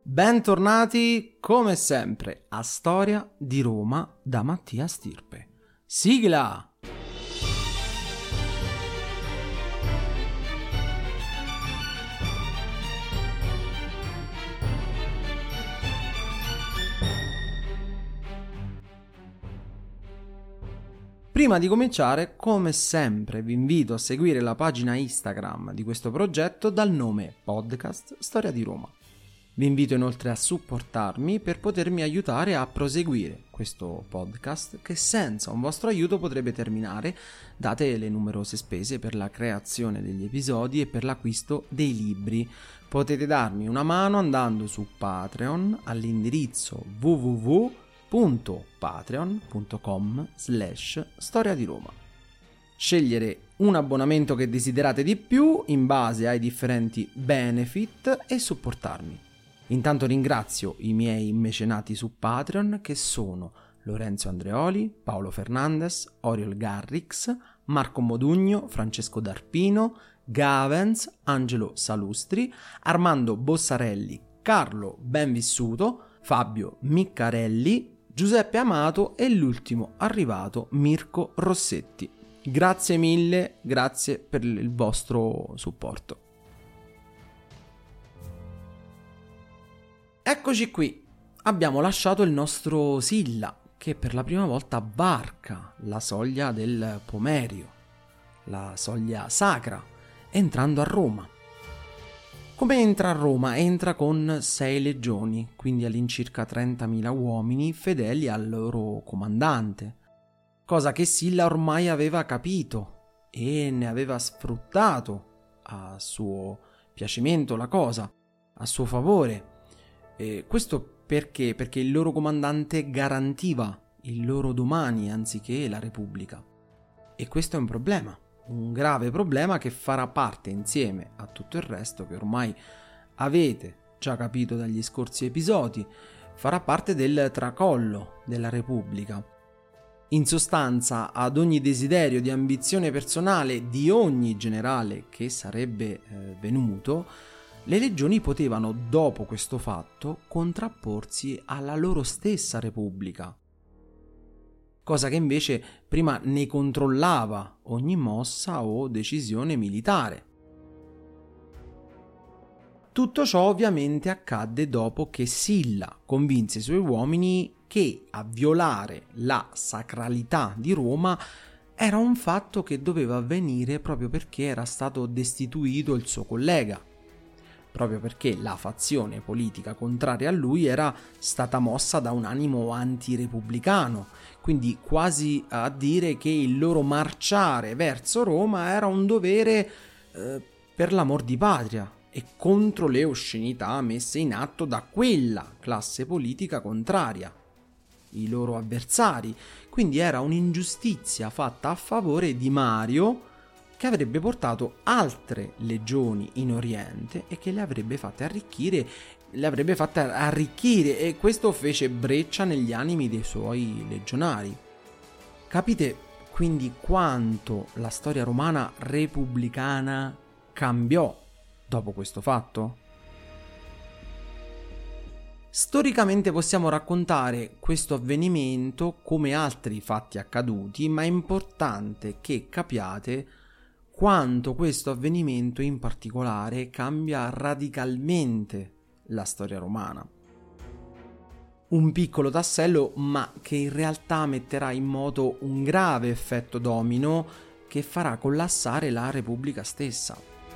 Bentornati come sempre a Storia di Roma da Mattia Stirpe. Sigla! Prima di cominciare, come sempre, vi invito a seguire la pagina Instagram di questo progetto dal nome Podcast Storia di Roma. Vi invito inoltre a supportarmi per potermi aiutare a proseguire questo podcast che senza un vostro aiuto potrebbe terminare, date le numerose spese per la creazione degli episodi e per l'acquisto dei libri. Potete darmi una mano andando su Patreon all'indirizzo www.patreon.com/storia di Roma. Scegliere un abbonamento che desiderate di più in base ai differenti benefit e supportarmi. Intanto ringrazio i miei mecenati su Patreon che sono Lorenzo Andreoli, Paolo Fernandez, Oriol Garrix, Marco Modugno, Francesco D'Arpino, Gavens, Angelo Salustri, Armando Bossarelli, Carlo Benvissuto, Fabio Miccarelli, Giuseppe Amato e l'ultimo arrivato Mirko Rossetti. Grazie mille, grazie per il vostro supporto. Eccoci qui, abbiamo lasciato il nostro Silla che per la prima volta varca la soglia del Pomerio, la soglia sacra, entrando a Roma. Come entra a Roma? Entra con 6 legioni, quindi all'incirca 30.000 uomini fedeli al loro comandante, cosa che Silla ormai aveva capito e ne aveva sfruttato a suo piacimento la cosa, a suo favore. Questo perché? Perché il loro comandante garantiva il loro domani anziché la Repubblica. E questo è un problema, un grave problema che farà parte insieme a tutto il resto che ormai avete già capito dagli scorsi episodi, farà parte del tracollo della Repubblica. In sostanza, ad ogni desiderio di ambizione personale di ogni generale che sarebbe venuto, le legioni potevano, dopo questo fatto, contrapporsi alla loro stessa Repubblica, cosa che invece prima ne controllava ogni mossa o decisione militare. Tutto ciò ovviamente accadde dopo che Silla convinse i suoi uomini che a violare la sacralità di Roma era un fatto che doveva avvenire proprio perché era stato destituito il suo collega, proprio perché la fazione politica contraria a lui era stata mossa da un animo antirepubblicano, quindi quasi a dire che il loro marciare verso Roma era un dovere per l'amor di patria e contro le oscenità messe in atto da quella classe politica contraria, i loro avversari. Quindi era un'ingiustizia fatta a favore di Mario, che avrebbe portato altre legioni in Oriente e che le avrebbe fatte arricchire e questo fece breccia negli animi dei suoi legionari. Capite quindi quanto la storia romana repubblicana cambiò dopo questo fatto? Storicamente possiamo raccontare questo avvenimento come altri fatti accaduti, ma è importante che capiate quanto questo avvenimento in particolare cambia radicalmente la storia romana. Un piccolo tassello, ma che in realtà metterà in moto un grave effetto domino che farà collassare la Repubblica stessa.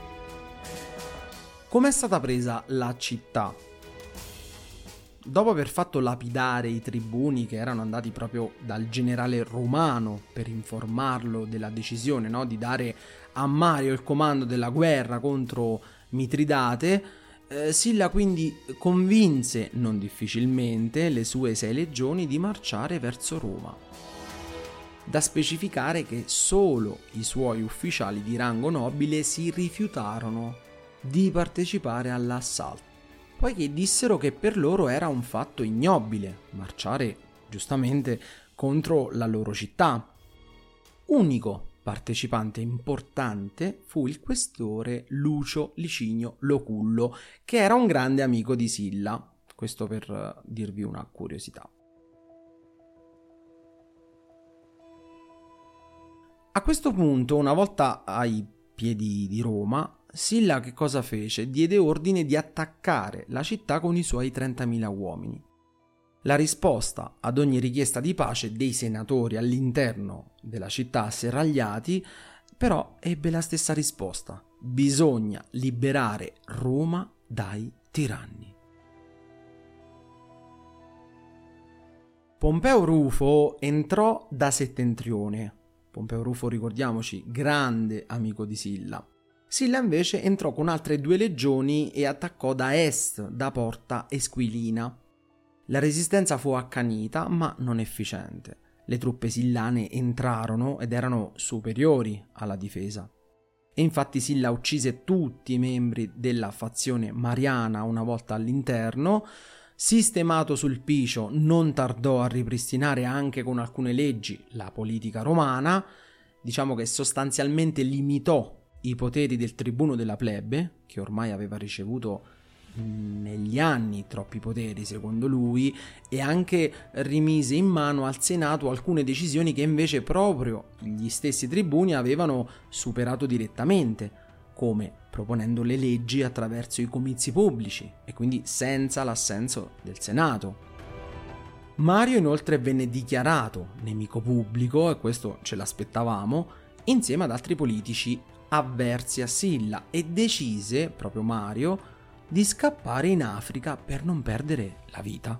Com'è stata presa la città? Dopo aver fatto lapidare i tribuni che erano andati proprio dal generale romano per informarlo della decisione, di dare a Mario il comando della guerra contro Mitridate, Silla quindi convinse, non difficilmente, le sue 6 legioni di marciare verso Roma. Da specificare che solo i suoi ufficiali di rango nobile si rifiutarono di partecipare all'assalto, poiché dissero che per loro era un fatto ignobile marciare giustamente contro la loro città. Unico partecipante importante fu il questore Lucio Licinio Locullo, che era un grande amico di Silla. Questo per dirvi una curiosità. A questo punto, una volta ai piedi di Roma, Silla che cosa fece? Diede ordine di attaccare la città con i suoi 30.000 uomini. La risposta ad ogni richiesta di pace dei senatori all'interno della città serragliati, però ebbe la stessa risposta: bisogna liberare Roma dai tiranni. Pompeo Rufo entrò da settentrione. Pompeo Rufo, ricordiamoci, grande amico di Silla. Silla invece entrò con altre 2 legioni e attaccò da est, da Porta Esquilina. La resistenza fu accanita, ma non efficiente. Le truppe sillane entrarono ed erano superiori alla difesa. E infatti Silla uccise tutti i membri della fazione mariana una volta all'interno. Sistemato Sulpicio non tardò a ripristinare anche con alcune leggi la politica romana, diciamo che sostanzialmente limitò i poteri del tribuno della plebe, che ormai aveva ricevuto negli anni troppi poteri secondo lui, e anche rimise in mano al Senato alcune decisioni che invece proprio gli stessi tribuni avevano superato direttamente, come proponendo le leggi attraverso i comizi pubblici e quindi senza l'assenso del Senato. Mario inoltre venne dichiarato nemico pubblico, e questo ce l'aspettavamo, insieme ad altri politici avversi a Silla, e decise, proprio Mario, di scappare in Africa per non perdere la vita.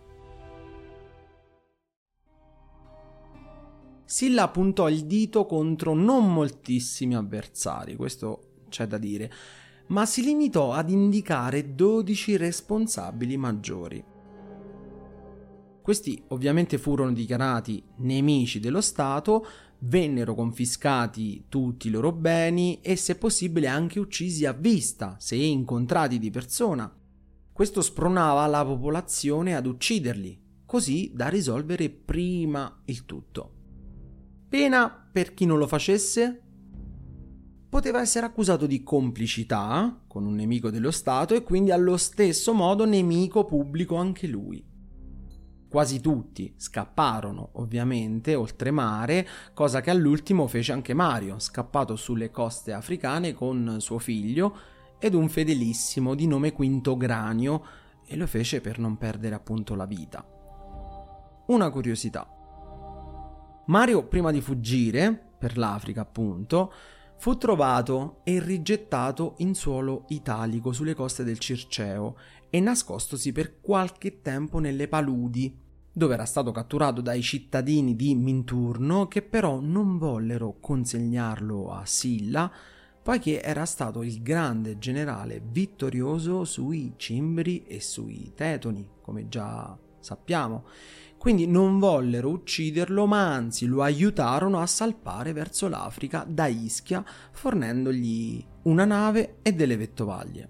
Silla puntò il dito contro non moltissimi avversari, questo c'è da dire, ma si limitò ad indicare 12 responsabili maggiori. Questi ovviamente furono dichiarati nemici dello Stato, vennero confiscati tutti i loro beni e, se possibile, anche uccisi a vista, se incontrati di persona. Questo spronava la popolazione ad ucciderli, così da risolvere prima il tutto. Pena per chi non lo facesse? Poteva essere accusato di complicità con un nemico dello Stato e quindi allo stesso modo nemico pubblico anche lui. Quasi tutti scapparono, ovviamente, oltremare, cosa che all'ultimo fece anche Mario, scappato sulle coste africane con suo figlio ed un fedelissimo di nome Quinto Granio, e lo fece per non perdere appunto la vita. Una curiosità. Mario, prima di fuggire, per l'Africa appunto, fu trovato e rigettato in suolo italico sulle coste del Circeo e nascostosi per qualche tempo nelle paludi, dove era stato catturato dai cittadini di Minturno, che però non vollero consegnarlo a Silla, poiché era stato il grande generale vittorioso sui Cimbri e sui Tetoni, come già sappiamo. Quindi non vollero ucciderlo, ma anzi lo aiutarono a salpare verso l'Africa da Ischia, fornendogli una nave e delle vettovaglie.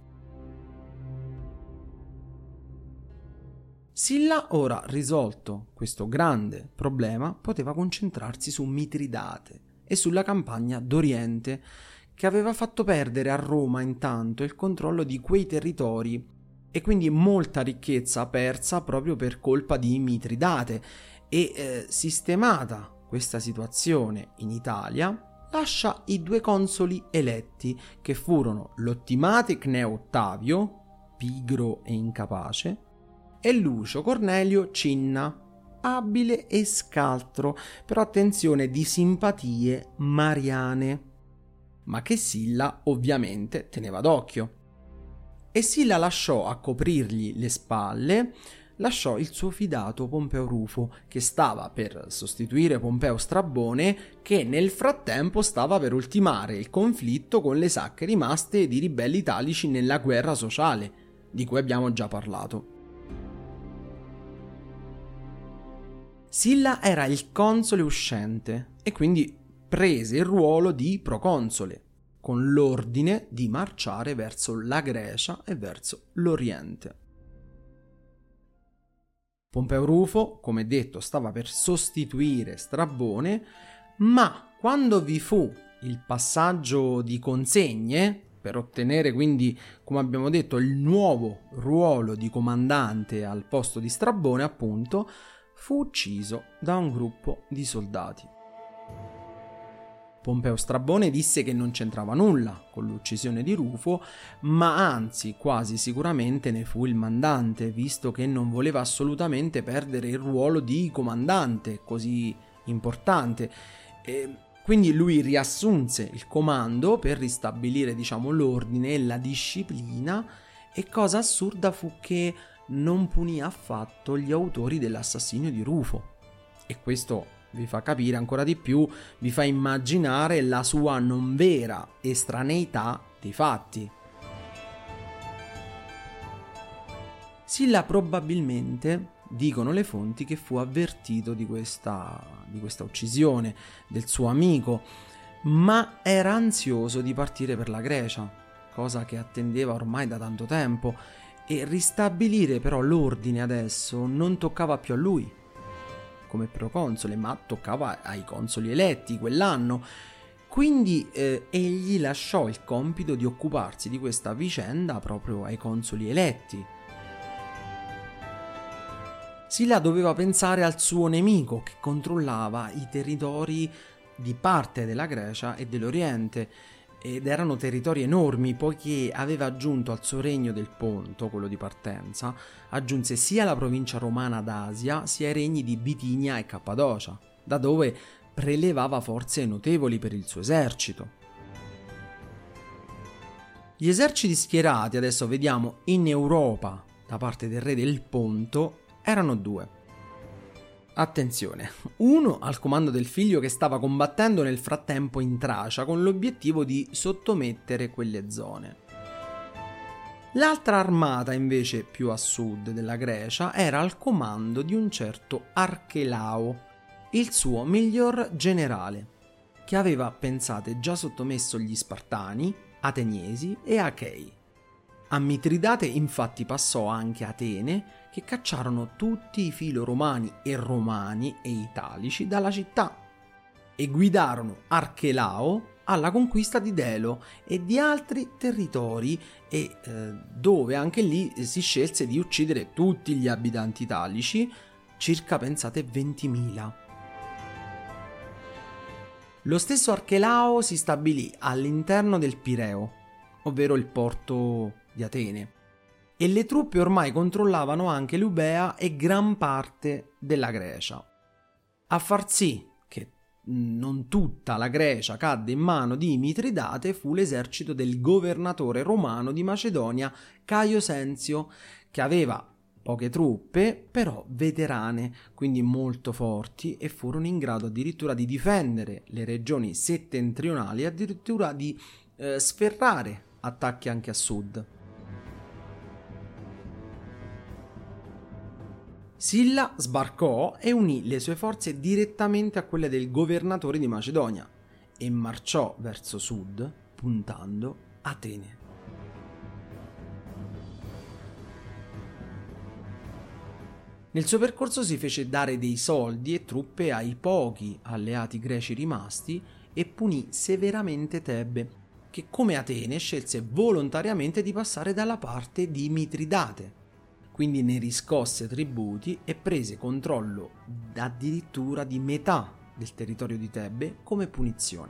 Silla, ora risolto questo grande problema, poteva concentrarsi su Mitridate e sulla campagna d'Oriente, che aveva fatto perdere a Roma intanto il controllo di quei territori e quindi molta ricchezza persa proprio per colpa di Mitridate, e sistemata questa situazione in Italia, lascia i 2 consoli eletti, che furono l'ottimate Cneo Ottavio, pigro e incapace, e Lucio Cornelio Cinna, abile e scaltro, però attenzione, di simpatie mariane, ma che Silla ovviamente teneva d'occhio. E Silla lasciò a coprirgli le spalle, lasciò il suo fidato Pompeo Rufo, che stava per sostituire Pompeo Strabone, che nel frattempo stava per ultimare il conflitto con le sacche rimaste di ribelli italici nella guerra sociale, di cui abbiamo già parlato. Silla era il console uscente e quindi prese il ruolo di proconsole, con l'ordine di marciare verso la Grecia e verso l'Oriente. Pompeo Rufo, come detto, stava per sostituire Strabone, ma quando vi fu il passaggio di consegne per ottenere quindi, come abbiamo detto, il nuovo ruolo di comandante al posto di Strabone, appunto, fu ucciso da un gruppo di soldati. Pompeo Strabone disse che non c'entrava nulla con l'uccisione di Rufo, ma anzi quasi sicuramente ne fu il mandante, visto che non voleva assolutamente perdere il ruolo di comandante così importante. Quindi lui riassunse il comando per ristabilire, diciamo, l'ordine e la disciplina, e cosa assurda fu che non punì affatto gli autori dell'assassinio di Rufo. E questo vi fa capire ancora di più, vi fa immaginare la sua non vera estraneità dei fatti. Silla probabilmente, dicono le fonti, che fu avvertito di questa uccisione del suo amico, ma era ansioso di partire per la Grecia, cosa che attendeva ormai da tanto tempo, e ristabilire però l'ordine adesso non toccava più a lui come proconsole, ma toccava ai consoli eletti quell'anno. Quindi egli lasciò il compito di occuparsi di questa vicenda proprio ai consoli eletti. Silla doveva pensare al suo nemico che controllava i territori di parte della Grecia e dell'Oriente, ed erano territori enormi, poiché aveva aggiunto al suo regno del Ponto, quello di partenza, aggiunse sia la provincia romana d'Asia sia i regni di Bitinia e Cappadocia, da dove prelevava forze notevoli per il suo esercito. Gli eserciti schierati, adesso vediamo, in Europa da parte del re del Ponto erano due. Attenzione, uno al comando del figlio che stava combattendo nel frattempo in Tracia con l'obiettivo di sottomettere quelle zone. L'altra armata, invece più a sud della Grecia, era al comando di un certo Archelao, il suo miglior generale, che aveva, pensate, già sottomesso gli Spartani, Ateniesi e Achei. A Mitridate infatti passò anche Atene, che cacciarono tutti i filo-romani e romani e italici dalla città e guidarono Archelao alla conquista di Delo e di altri territori, e dove anche lì si scelse di uccidere tutti gli abitanti italici, circa, pensate, 20.000. Lo stesso Archelao si stabilì all'interno del Pireo, ovvero il porto di Atene, e le truppe ormai controllavano anche l'Eubea e gran parte della Grecia. A far sì che non tutta la Grecia cadde in mano di Mitridate fu l'esercito del governatore romano di Macedonia Caio Senzio, che aveva poche truppe, però veterane, quindi molto forti, e furono in grado addirittura di difendere le regioni settentrionali e addirittura di sferrare attacchi anche a sud. Silla sbarcò e unì le sue forze direttamente a quelle del governatore di Macedonia e marciò verso sud, puntando Atene. Nel suo percorso si fece dare dei soldi e truppe ai pochi alleati greci rimasti e punì severamente Tebe, che come Atene scelse volontariamente di passare dalla parte di Mitridate. Quindi ne riscosse tributi e prese controllo addirittura di metà del territorio di Tebe come punizione.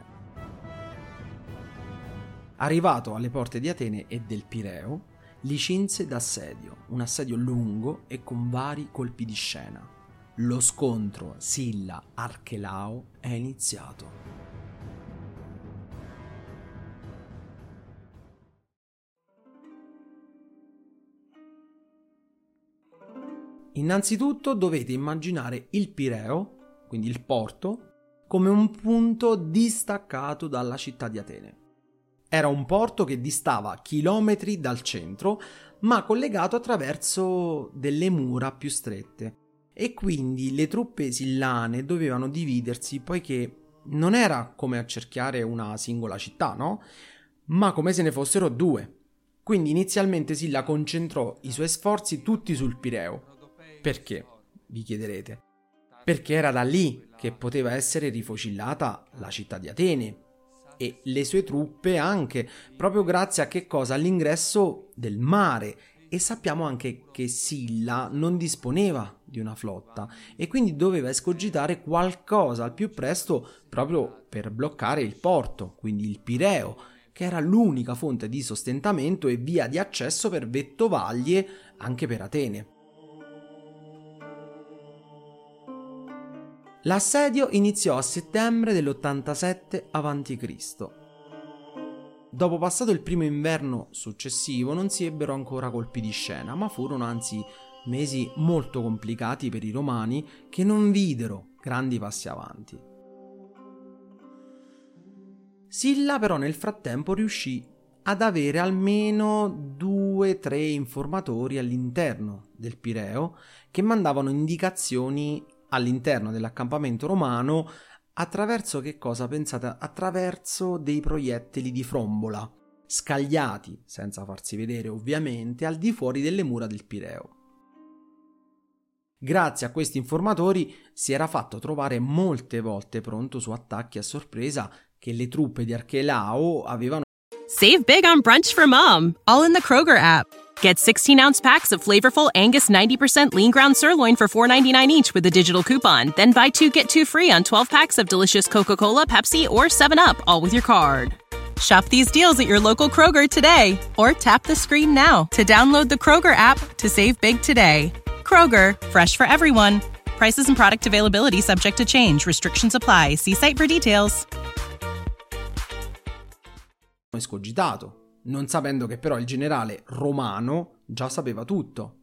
Arrivato alle porte di Atene e del Pireo, li cinse d'assedio, un assedio lungo e con vari colpi di scena. Lo scontro Silla-Archelao è iniziato. Innanzitutto dovete immaginare il Pireo, quindi il porto, come un punto distaccato dalla città di Atene. Era un porto che distava chilometri dal centro, ma collegato attraverso delle mura più strette, e quindi le truppe sillane dovevano dividersi, poiché non era come accerchiare una singola città, no? Ma come se ne fossero due. Quindi inizialmente Silla concentrò i suoi sforzi tutti sul Pireo. Perché? Vi chiederete. Perché era da lì che poteva essere rifocillata la città di Atene. e le sue truppe anche, proprio grazie a che cosa? All'ingresso del mare. E sappiamo anche che Silla non disponeva di una flotta e quindi doveva escogitare qualcosa al più presto proprio per bloccare il porto, quindi il Pireo, che era l'unica fonte di sostentamento e via di accesso per vettovaglie anche per Atene. L'assedio iniziò a settembre dell'87 a.C. Dopo passato il primo inverno successivo non si ebbero ancora colpi di scena, ma furono anzi mesi molto complicati per i romani che non videro grandi passi avanti. Silla però nel frattempo riuscì ad avere almeno 2-3 informatori all'interno del Pireo che mandavano indicazioni all'interno dell'accampamento romano attraverso che cosa pensate? Attraverso dei proiettili di frombola, scagliati, senza farsi vedere ovviamente, al di fuori delle mura del Pireo. Grazie a questi informatori si era fatto trovare molte volte pronto su attacchi a sorpresa che le truppe di Archelao avevano. Save big on brunch for mom, all in the Kroger app. Get 16-ounce packs of flavorful Angus 90% lean ground sirloin for $4.99 each with a digital coupon. Then buy 2, get 2 free on 12 packs of delicious Coca-Cola, Pepsi, or 7-Up, all with your card. Shop these deals at your local Kroger today, or tap the screen now to download the Kroger app to save big today. Kroger, fresh for everyone. Prices and product availability subject to change. Restrictions apply. See site for details. Escogitato, non sapendo che però il generale romano già sapeva tutto.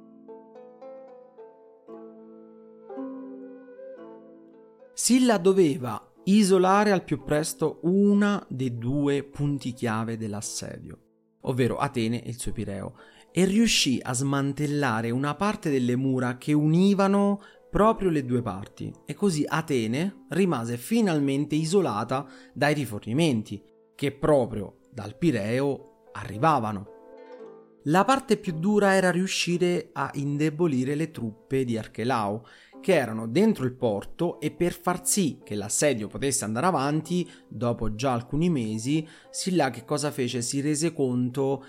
Silla doveva isolare al più presto una dei 2 punti chiave dell'assedio, ovvero Atene e il suo Pireo, e riuscì a smantellare una parte delle mura che univano proprio le 2 parti, e così Atene rimase finalmente isolata dai rifornimenti che proprio dal Pireo arrivavano. La parte più dura era riuscire a indebolire le truppe di Archelao, che erano dentro il porto, e per far sì che l'assedio potesse andare avanti, dopo già alcuni mesi, Silla che cosa fece? Si rese conto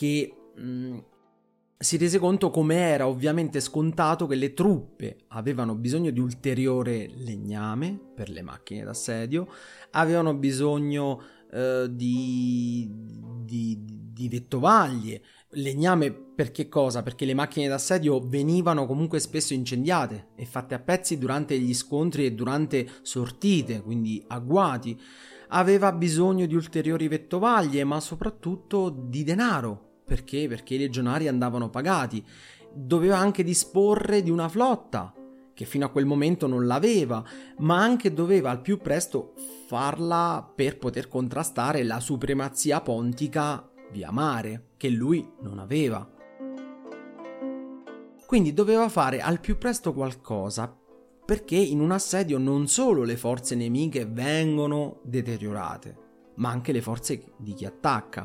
come era ovviamente scontato che le truppe avevano bisogno di ulteriore legname per le macchine d'assedio, avevano bisogno di vettovaglie, legname per che cosa? Perché le macchine d'assedio venivano comunque spesso incendiate e fatte a pezzi durante gli scontri e durante sortite, quindi agguati. Aveva bisogno di ulteriori vettovaglie, ma soprattutto di denaro. Perché? Perché i legionari andavano pagati. Doveva anche disporre di una flotta, che fino a quel momento non l'aveva, ma anche doveva al più presto farla per poter contrastare la supremazia pontica via mare, che lui non aveva. Quindi doveva fare al più presto qualcosa, perché in un assedio non solo le forze nemiche vengono deteriorate, ma anche le forze di chi attacca.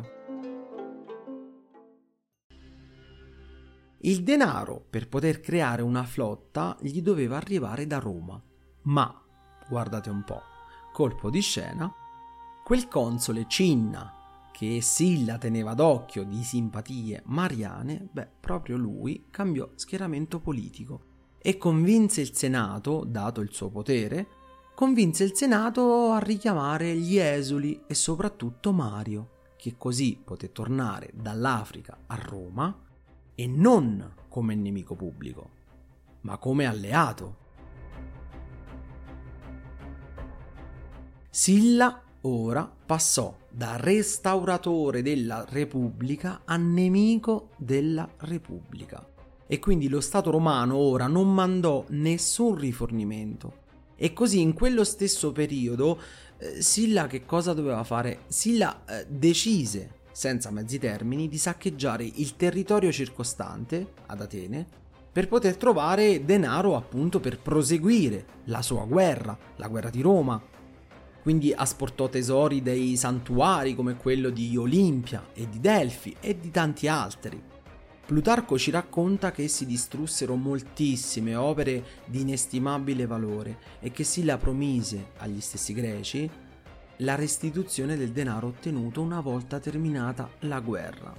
Il denaro per poter creare una flotta gli doveva arrivare da Roma, ma, guardate un po', colpo di scena, quel console Cinna che Silla teneva d'occhio di simpatie mariane, proprio lui cambiò schieramento politico e convinse il Senato, dato il suo potere, convinse il Senato a richiamare gli esuli e soprattutto Mario, che così poté tornare dall'Africa a Roma, e non come nemico pubblico, ma come alleato. Silla ora passò da restauratore della Repubblica a nemico della Repubblica, e quindi lo Stato romano ora non mandò nessun rifornimento. E così in quello stesso periodo Silla che cosa doveva fare? Silla decise senza mezzi termini di saccheggiare il territorio circostante ad Atene per poter trovare denaro appunto per proseguire la sua guerra, la guerra di Roma. Quindi asportò tesori dei santuari come quello di Olimpia e di Delfi e di tanti altri. Plutarco ci racconta che si distrussero moltissime opere di inestimabile valore e che Silla promise agli stessi greci la restituzione del denaro ottenuto una volta terminata la guerra.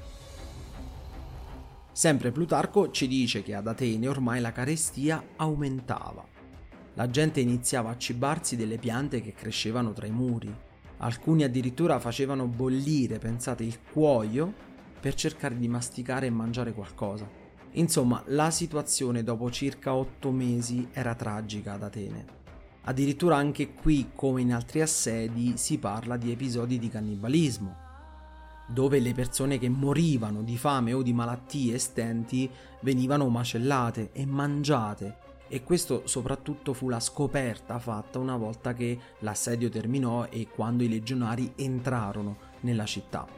Sempre Plutarco ci dice che ad Atene ormai la carestia aumentava. La gente iniziava a cibarsi delle piante che crescevano tra i muri. Alcuni addirittura facevano bollire, pensate, il cuoio per cercare di masticare e mangiare qualcosa. Insomma, la situazione dopo circa 8 mesi era tragica ad Atene. Addirittura anche qui, come in altri assedi, si parla di episodi di cannibalismo, dove le persone che morivano di fame o di malattie stenti venivano macellate e mangiate, e questo soprattutto fu la scoperta fatta una volta che l'assedio terminò e quando i legionari entrarono nella città.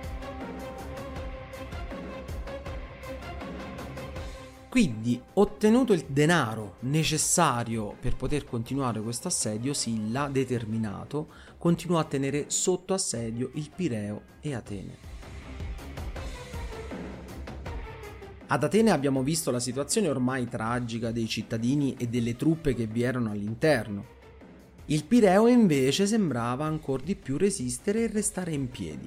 Quindi, ottenuto il denaro necessario per poter continuare questo assedio, Silla, determinato, continuò a tenere sotto assedio il Pireo e Atene. Ad Atene abbiamo visto la situazione ormai tragica dei cittadini e delle truppe che vi erano all'interno. Il Pireo invece sembrava ancor di più resistere e restare in piedi.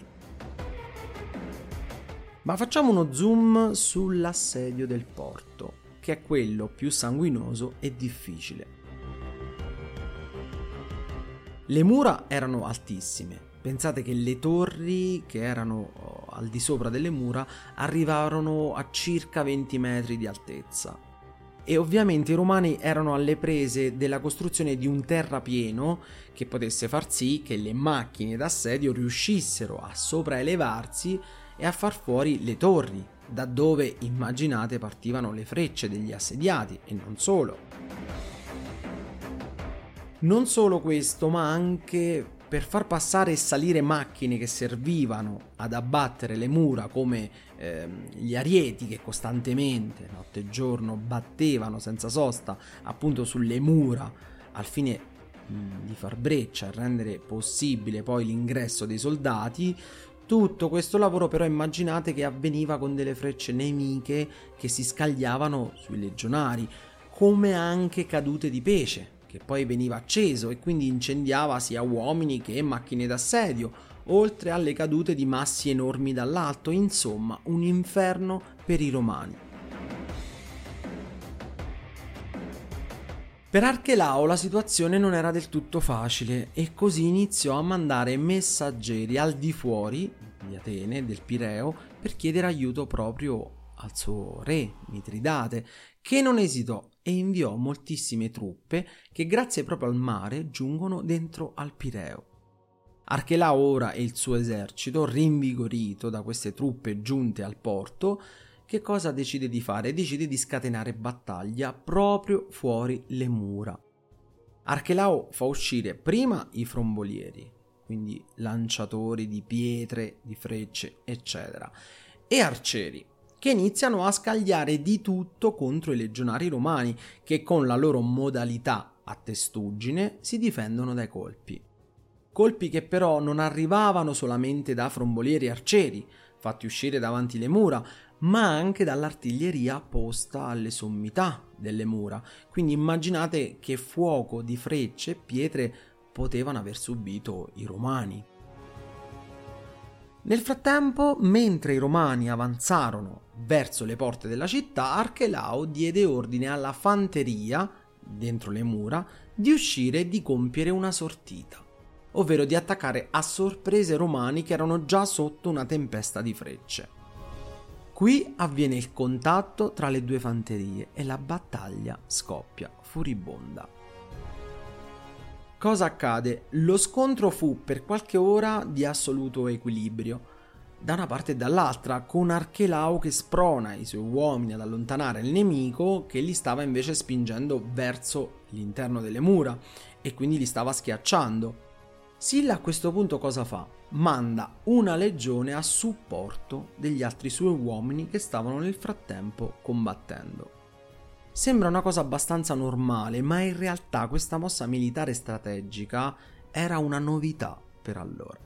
Ma facciamo uno zoom sull'assedio del porto, che è quello più sanguinoso e difficile. Le mura erano altissime. Pensate che le torri che erano al di sopra delle mura arrivarono a circa 20 metri di altezza. E ovviamente i romani erano alle prese della costruzione di un terrapieno che potesse far sì che le macchine d'assedio riuscissero a sopraelevarsi e a far fuori le torri, da dove, immaginate, partivano le frecce degli assediati, e non solo. Non solo questo, ma anche per far passare e salire macchine che servivano ad abbattere le mura, come gli arieti che costantemente, notte e giorno, battevano senza sosta appunto sulle mura al fine di far breccia e rendere possibile poi l'ingresso dei soldati. Tutto questo lavoro però immaginate che avveniva con delle frecce nemiche che si scagliavano sui legionari, come anche cadute di pesce, che poi veniva acceso e quindi incendiava sia uomini che macchine d'assedio, oltre alle cadute di massi enormi dall'alto. Insomma, un inferno per i romani. Per Archelao la situazione non era del tutto facile e così iniziò a mandare messaggeri al di fuori di Atene, del Pireo, per chiedere aiuto proprio al suo re Mitridate, che non esitò e inviò moltissime truppe che grazie proprio al mare giungono dentro al Pireo. Archelao ora e il suo esercito, rinvigorito da queste truppe giunte al porto, che cosa decide di fare? Decide di scatenare battaglia proprio fuori le mura. Archelao fa uscire prima i frombolieri, quindi lanciatori di pietre, di frecce, eccetera, e arcieri, che iniziano a scagliare di tutto contro i legionari romani, che con la loro modalità a testuggine si difendono dai colpi. Colpi che però non arrivavano solamente da frombolieri e arcieri, fatti uscire davanti le mura, ma anche dall'artiglieria posta alle sommità delle mura. Quindi immaginate che fuoco di frecce e pietre potevano aver subito i romani. Nel frattempo, mentre i romani avanzarono verso le porte della città, Archelao diede ordine alla fanteria, dentro le mura, di uscire e di compiere una sortita, ovvero di attaccare a sorpresa i romani che erano già sotto una tempesta di frecce. Qui avviene il contatto tra le due fanterie e la battaglia scoppia furibonda. Cosa accade? Lo scontro fu per qualche ora di assoluto equilibrio, da una parte e dall'altra, con Archelao che sprona i suoi uomini ad allontanare il nemico che li stava invece spingendo verso l'interno delle mura e quindi li stava schiacciando. Silla a questo punto cosa fa? Manda una legione a supporto degli altri suoi uomini che stavano nel frattempo combattendo. Sembra una cosa abbastanza normale, ma in realtà questa mossa militare strategica era una novità per allora.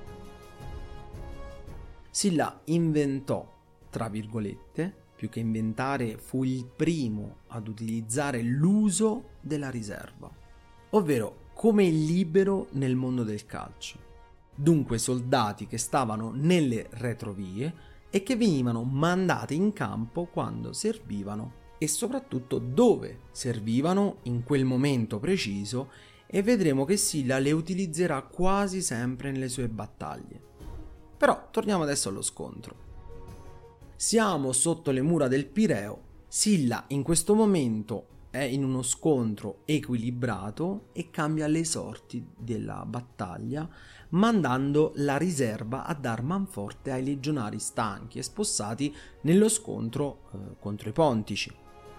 Silla inventò, tra virgolette, più che inventare, fu il primo ad utilizzare l'uso della riserva, ovvero come libero nel mondo del calcio. Dunque soldati che stavano nelle retrovie e che venivano mandati in campo quando servivano e soprattutto dove servivano in quel momento preciso, e vedremo che Silla le utilizzerà quasi sempre nelle sue battaglie. Però torniamo adesso allo scontro. Siamo sotto le mura del Pireo, Silla in questo momento è in uno scontro equilibrato e cambia le sorti della battaglia, mandando la riserva a dar manforte ai legionari stanchi e spossati nello scontro contro i Pontici.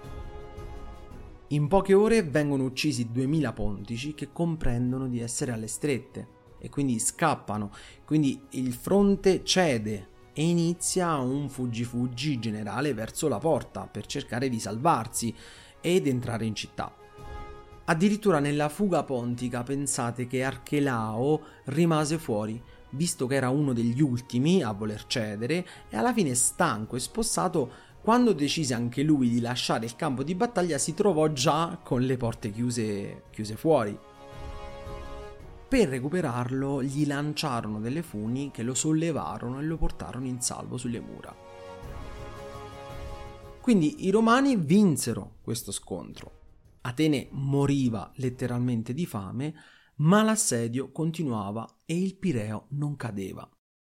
In poche ore vengono uccisi 2000 Pontici che comprendono di essere alle strette e quindi scappano, quindi il fronte cede e inizia un fuggi generale verso la porta per cercare di salvarsi ed entrare in città. Addirittura nella fuga pontica pensate che Archelao rimase fuori, visto che era uno degli ultimi a voler cedere, e alla fine, stanco e spossato, quando decise anche lui di lasciare il campo di battaglia, si trovò già con le porte chiuse fuori. Per recuperarlo gli lanciarono delle funi che lo sollevarono e lo portarono in salvo sulle mura. Quindi i romani vinsero questo scontro. Atene moriva letteralmente di fame, ma l'assedio continuava e il Pireo non cadeva.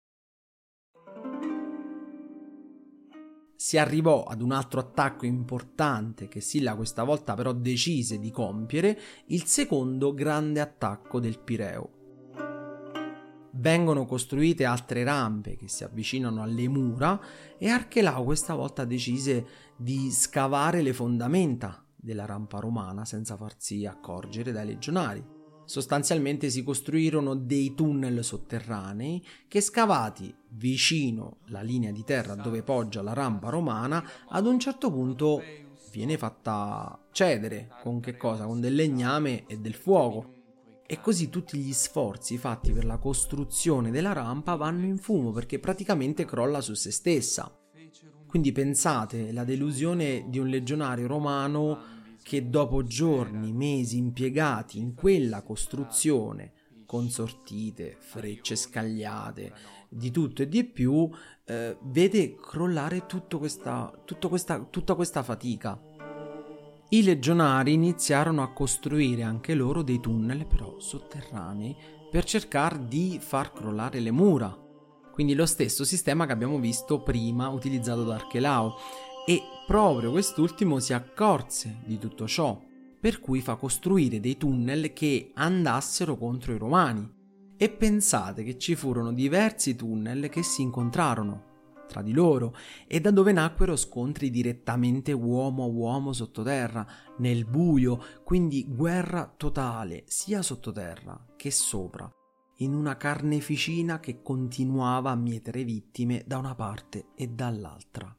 Si arrivò ad un altro attacco importante che Silla questa volta però decise di compiere, il secondo grande attacco del Pireo. Vengono costruite altre rampe che si avvicinano alle mura e Archelao questa volta decise di scavare le fondamenta della rampa romana senza farsi accorgere dai legionari. Sostanzialmente si costruirono dei tunnel sotterranei che, scavati vicino la linea di terra dove poggia la rampa romana, ad un certo punto viene fatta cedere. Con che cosa? Con del legname e del fuoco. E così tutti gli sforzi fatti per la costruzione della rampa vanno in fumo perché praticamente crolla su se stessa. Quindi pensate la delusione di un legionario romano che dopo giorni, mesi impiegati in quella costruzione, con sortite, frecce scagliate, di tutto e di più, vede crollare tutta questa fatica. I legionari iniziarono a costruire anche loro dei tunnel però sotterranei per cercare di far crollare le mura. Quindi lo stesso sistema che abbiamo visto prima utilizzato da Archelao. E proprio quest'ultimo si accorse di tutto ciò, per cui fa costruire dei tunnel che andassero contro i romani. E pensate che ci furono diversi tunnel che si incontrarono tra di loro e da dove nacquero scontri direttamente uomo a uomo sottoterra, nel buio, quindi guerra totale sia sottoterra che sopra, in una carneficina che continuava a mietere vittime da una parte e dall'altra.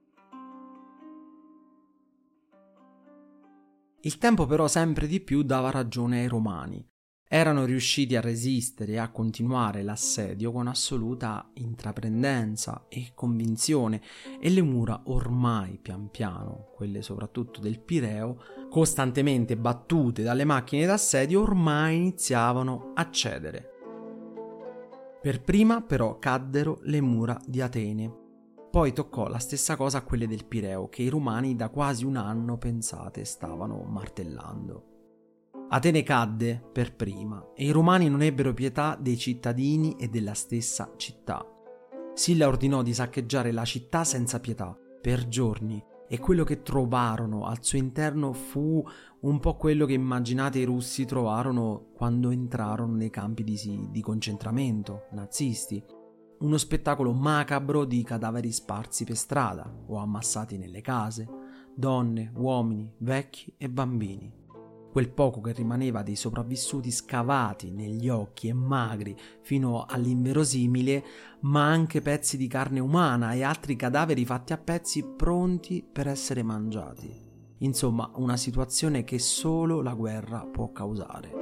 Il tempo però sempre di più dava ragione ai romani. Erano riusciti a resistere e a continuare l'assedio con assoluta intraprendenza e convinzione e le mura ormai pian piano, quelle soprattutto del Pireo, costantemente battute dalle macchine d'assedio, ormai iniziavano a cedere. Per prima però caddero le mura di Atene. Poi toccò la stessa cosa a quelle del Pireo, che i romani da quasi un anno, pensate, stavano martellando. Atene cadde per prima e i romani non ebbero pietà dei cittadini e della stessa città. Silla ordinò di saccheggiare la città senza pietà per giorni e quello che trovarono al suo interno fu un po' quello che immaginate i russi trovarono quando entrarono nei campi di concentramento nazisti. Uno spettacolo macabro di cadaveri sparsi per strada o ammassati nelle case, donne, uomini, vecchi e bambini. Quel poco che rimaneva dei sopravvissuti scavati negli occhi e magri fino all'inverosimile, ma anche pezzi di carne umana e altri cadaveri fatti a pezzi pronti per essere mangiati. Insomma, una situazione che solo la guerra può causare.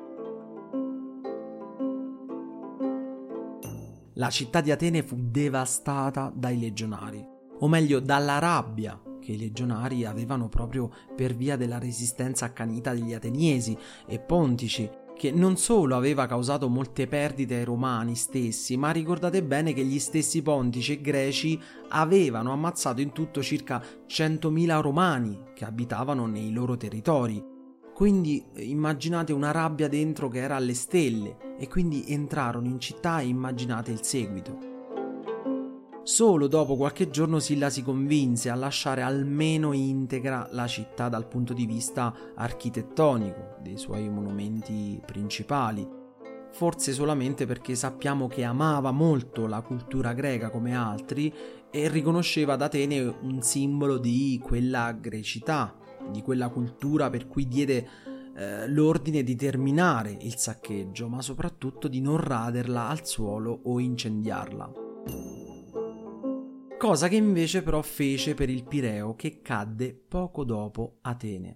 La città di Atene fu devastata dai legionari, o meglio dalla rabbia che i legionari avevano proprio per via della resistenza accanita degli ateniesi e pontici, che non solo aveva causato molte perdite ai romani stessi, ma ricordate bene che gli stessi pontici e greci avevano ammazzato in tutto circa 100.000 romani che abitavano nei loro territori. Quindi immaginate una rabbia dentro che era alle stelle, e quindi entrarono in città e immaginate il seguito. Solo dopo qualche giorno Silla si convinse a lasciare almeno integra la città dal punto di vista architettonico, dei suoi monumenti principali, forse solamente perché sappiamo che amava molto la cultura greca come altri e riconosceva ad Atene un simbolo di quella grecità, di quella cultura per cui diede l'ordine di terminare il saccheggio, ma soprattutto di non raderla al suolo o incendiarla. Cosa che invece però fece per il Pireo, che cadde poco dopo Atene.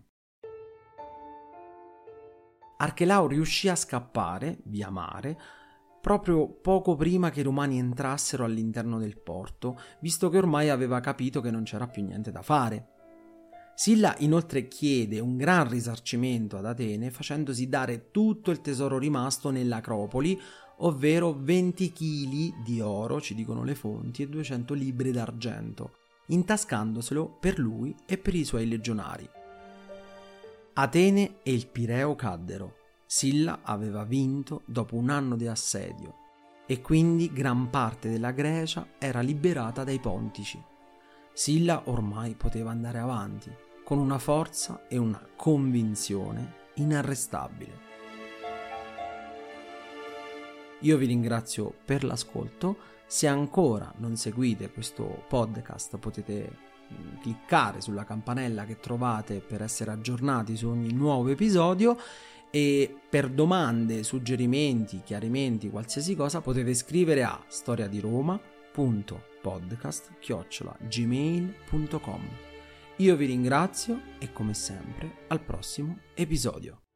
Archelao riuscì a scappare via mare proprio poco prima che i romani entrassero all'interno del porto, visto che ormai aveva capito che non c'era più niente da fare. Silla inoltre chiede un gran risarcimento ad Atene, facendosi dare tutto il tesoro rimasto nell'Acropoli, ovvero 20 kg di oro, ci dicono le fonti, e 200 libbre d'argento, intascandoselo per lui e per i suoi legionari. Atene e il Pireo caddero. Silla aveva vinto dopo un anno di assedio e quindi gran parte della Grecia era liberata dai pontici. Silla ormai poteva andare avanti con una forza e una convinzione inarrestabile. Io vi ringrazio per l'ascolto. Se ancora non seguite questo podcast potete cliccare sulla campanella che trovate per essere aggiornati su ogni nuovo episodio, e per domande, suggerimenti, chiarimenti, qualsiasi cosa potete scrivere a storiadiroma.podcast@gmail.com. Io vi ringrazio e come sempre al prossimo episodio.